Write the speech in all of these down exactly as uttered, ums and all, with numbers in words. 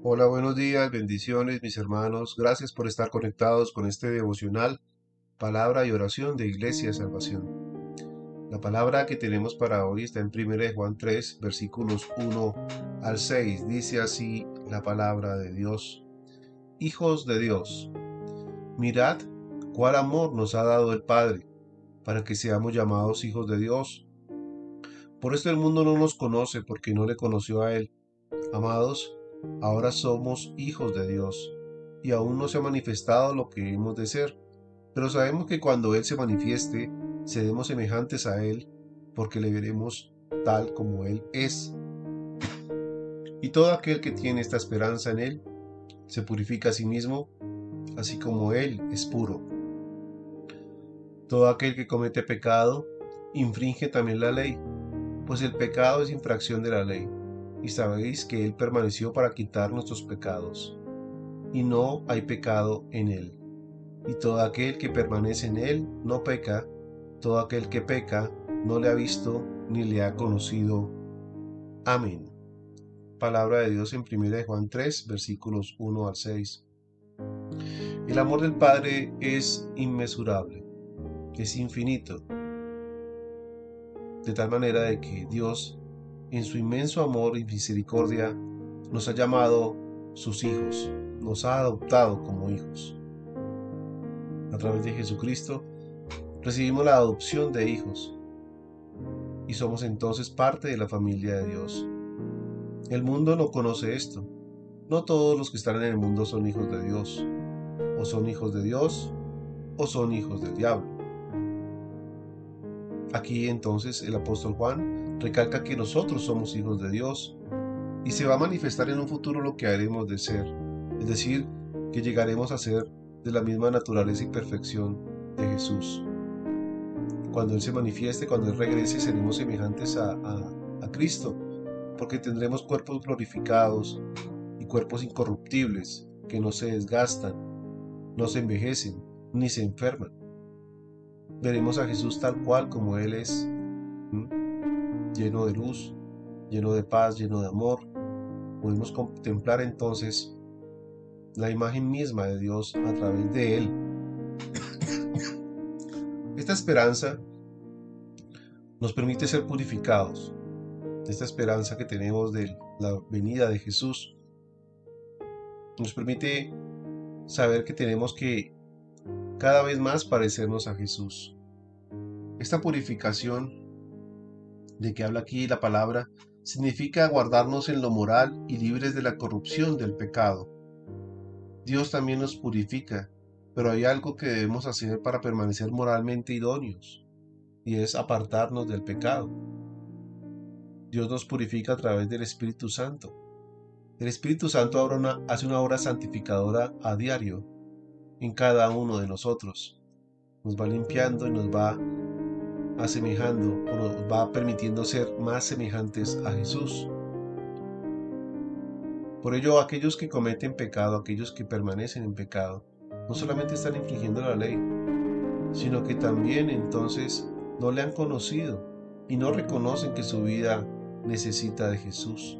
Hola, buenos días, bendiciones, mis hermanos. Gracias por estar conectados con este devocional, palabra y oración de Iglesia Salvación. La palabra que tenemos para hoy está en primera de Juan tres, versículos uno al seis. Dice así la palabra de Dios. Hijos de Dios, mirad cuál amor nos ha dado el Padre, para que seamos llamados hijos de Dios. Por esto el mundo no nos conoce, porque no le conoció a Él. Amados, ahora somos hijos de Dios, y aún no se ha manifestado lo que hemos de ser, pero sabemos que cuando Él se manifieste, seremos semejantes a Él, porque le veremos tal como Él es. Y todo aquel que tiene esta esperanza en Él, se purifica a sí mismo, así como Él es puro. Todo aquel que comete pecado, infringe también la ley, pues el pecado es infracción de la ley, y sabéis que Él permaneció para quitar nuestros pecados, y no hay pecado en Él. Y todo aquel que permanece en Él no peca, todo aquel que peca no le ha visto ni le ha conocido. Amén. Palabra de Dios en primera de Juan tres, versículos uno al seis. El amor del Padre es inmesurable, es infinito, de tal manera de que Dios, en su inmenso amor y misericordia, nos ha llamado sus hijos, nos ha adoptado como hijos. A través de Jesucristo recibimos la adopción de hijos y somos entonces parte de la familia de Dios. El mundo no conoce esto. No todos los que están en el mundo son hijos de Dios. O son hijos de Dios o son hijos del diablo. Aquí entonces el apóstol Juan recalca que nosotros somos hijos de Dios y se va a manifestar en un futuro lo que haremos de ser, es decir, que llegaremos a ser de la misma naturaleza y perfección de Jesús. Cuando Él se manifieste, cuando Él regrese, seremos semejantes a, a, a Cristo, porque tendremos cuerpos glorificados y cuerpos incorruptibles que no se desgastan, no se envejecen, ni se enferman. Veremos a Jesús tal cual como Él es, ¿m? Lleno de luz, lleno de paz, lleno de amor. Podemos contemplar entonces la imagen misma de Dios a través de Él. Esta esperanza nos permite ser purificados. Esta esperanza que tenemos de la venida de Jesús nos permite saber que tenemos que cada vez más parecernos a Jesús. Esta purificación de que habla aquí la palabra significa guardarnos en lo moral y libres de la corrupción del pecado. Dios también nos purifica, pero hay algo que debemos hacer para permanecer moralmente idóneos, y es apartarnos del pecado. Dios nos purifica a través del Espíritu Santo. El Espíritu Santo hace una obra santificadora a diario en cada uno de nosotros. Nos va limpiando y nos va asemejando o nos va permitiendo ser más semejantes a Jesús. Por ello, aquellos que cometen pecado, aquellos que permanecen en pecado, no solamente están infringiendo la ley, sino que también entonces no le han conocido y no reconocen que su vida necesita de Jesús.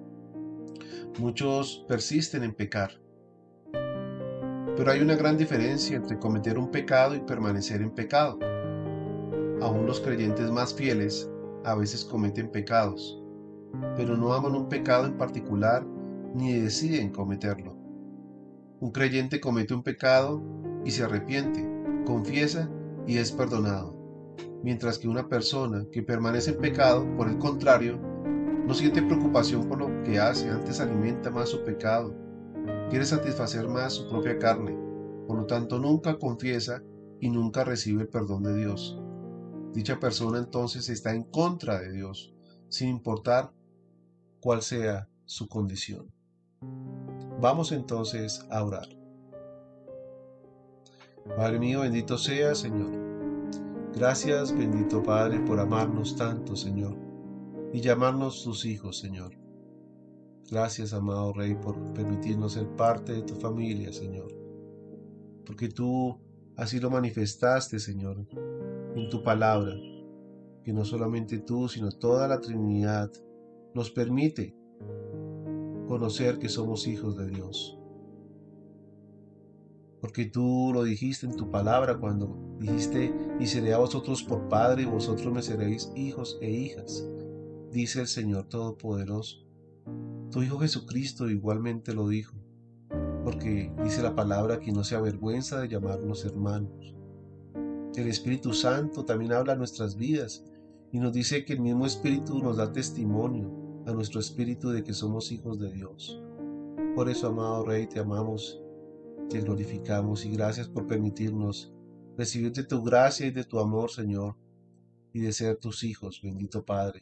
Muchos persisten en pecar, pero hay una gran diferencia entre cometer un pecado y permanecer en pecado. Aún los creyentes más fieles a veces cometen pecados, pero no aman un pecado en particular ni deciden cometerlo. Un creyente comete un pecado y se arrepiente, confiesa y es perdonado, mientras que una persona que permanece en pecado, por el contrario, no siente preocupación por lo que hace, antes alimenta más su pecado, quiere satisfacer más su propia carne, por lo tanto nunca confiesa y nunca recibe el perdón de Dios. Dicha persona entonces está en contra de Dios, sin importar cuál sea su condición. Vamos entonces a orar. Padre mío, bendito sea, Señor. Gracias, bendito Padre, por amarnos tanto, Señor, y llamarnos tus hijos, Señor. Gracias, amado Rey, por permitirnos ser parte de tu familia, Señor, porque tú así lo manifestaste, Señor, en tu palabra, que no solamente tú, sino toda la Trinidad nos permite conocer que somos hijos de Dios. Porque tú lo dijiste en tu palabra cuando dijiste, y seré a vosotros por Padre, y vosotros me seréis hijos e hijas, dice el Señor Todopoderoso. Tu Hijo Jesucristo igualmente lo dijo, porque dice la palabra que no se avergüenza de llamarnos hermanos. El Espíritu Santo también habla a nuestras vidas y nos dice que el mismo Espíritu nos da testimonio a nuestro espíritu de que somos hijos de Dios. Por eso, amado Rey, te amamos, te glorificamos y gracias por permitirnos recibir de tu gracia y de tu amor, Señor, y de ser tus hijos, bendito Padre.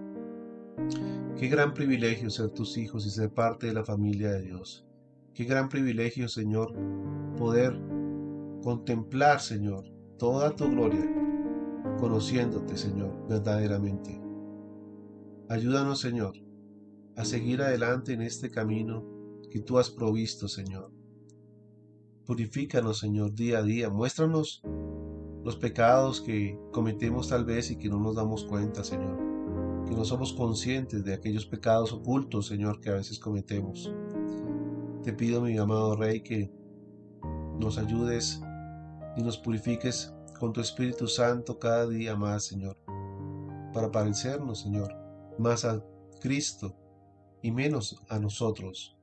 Qué gran privilegio ser tus hijos y ser parte de la familia de Dios. Qué gran privilegio, Señor, poder contemplar, Señor, toda tu gloria, conociéndote, Señor, verdaderamente. Ayúdanos, Señor, a seguir adelante en este camino que tú has provisto, Señor. Purifícanos, Señor, día a día. Muéstranos los pecados que cometemos tal vez y que no nos damos cuenta, Señor. Que no somos conscientes de aquellos pecados ocultos, Señor, que a veces cometemos. Te pido, mi amado Rey, que nos ayudes y nos purifiques con tu Espíritu Santo cada día más, Señor, para parecernos, Señor, más a Cristo y menos a nosotros.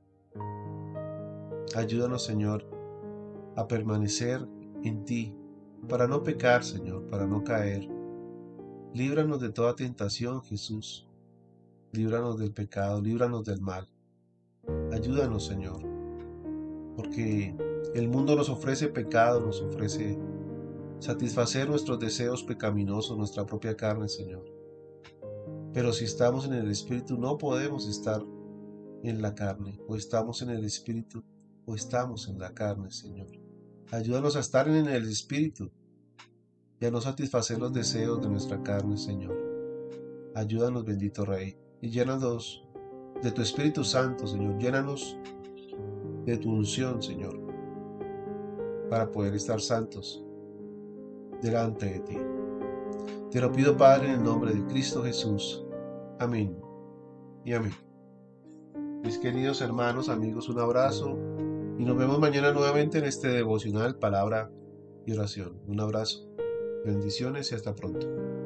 Ayúdanos, Señor, a permanecer en ti, para no pecar, Señor, para no caer. Líbranos de toda tentación, Jesús. Líbranos del pecado, líbranos del mal. Ayúdanos, Señor, porque el mundo nos ofrece pecado, nos ofrece satisfacer nuestros deseos pecaminosos, nuestra propia carne, Señor. Pero si estamos en el Espíritu, no podemos estar en la carne. O estamos en el Espíritu, o estamos en la carne, Señor. Ayúdanos a estar en el Espíritu y a no satisfacer los deseos de nuestra carne, Señor. Ayúdanos, bendito Rey, y llénanos de tu Espíritu Santo, Señor. Llénanos de tu unción, Señor, para poder estar santos delante de ti. Te lo pido, Padre, en el nombre de Cristo Jesús. Amén y amén. Mis queridos hermanos, amigos, un abrazo y nos vemos mañana nuevamente en este devocional, palabra y oración. Un abrazo, bendiciones y hasta pronto.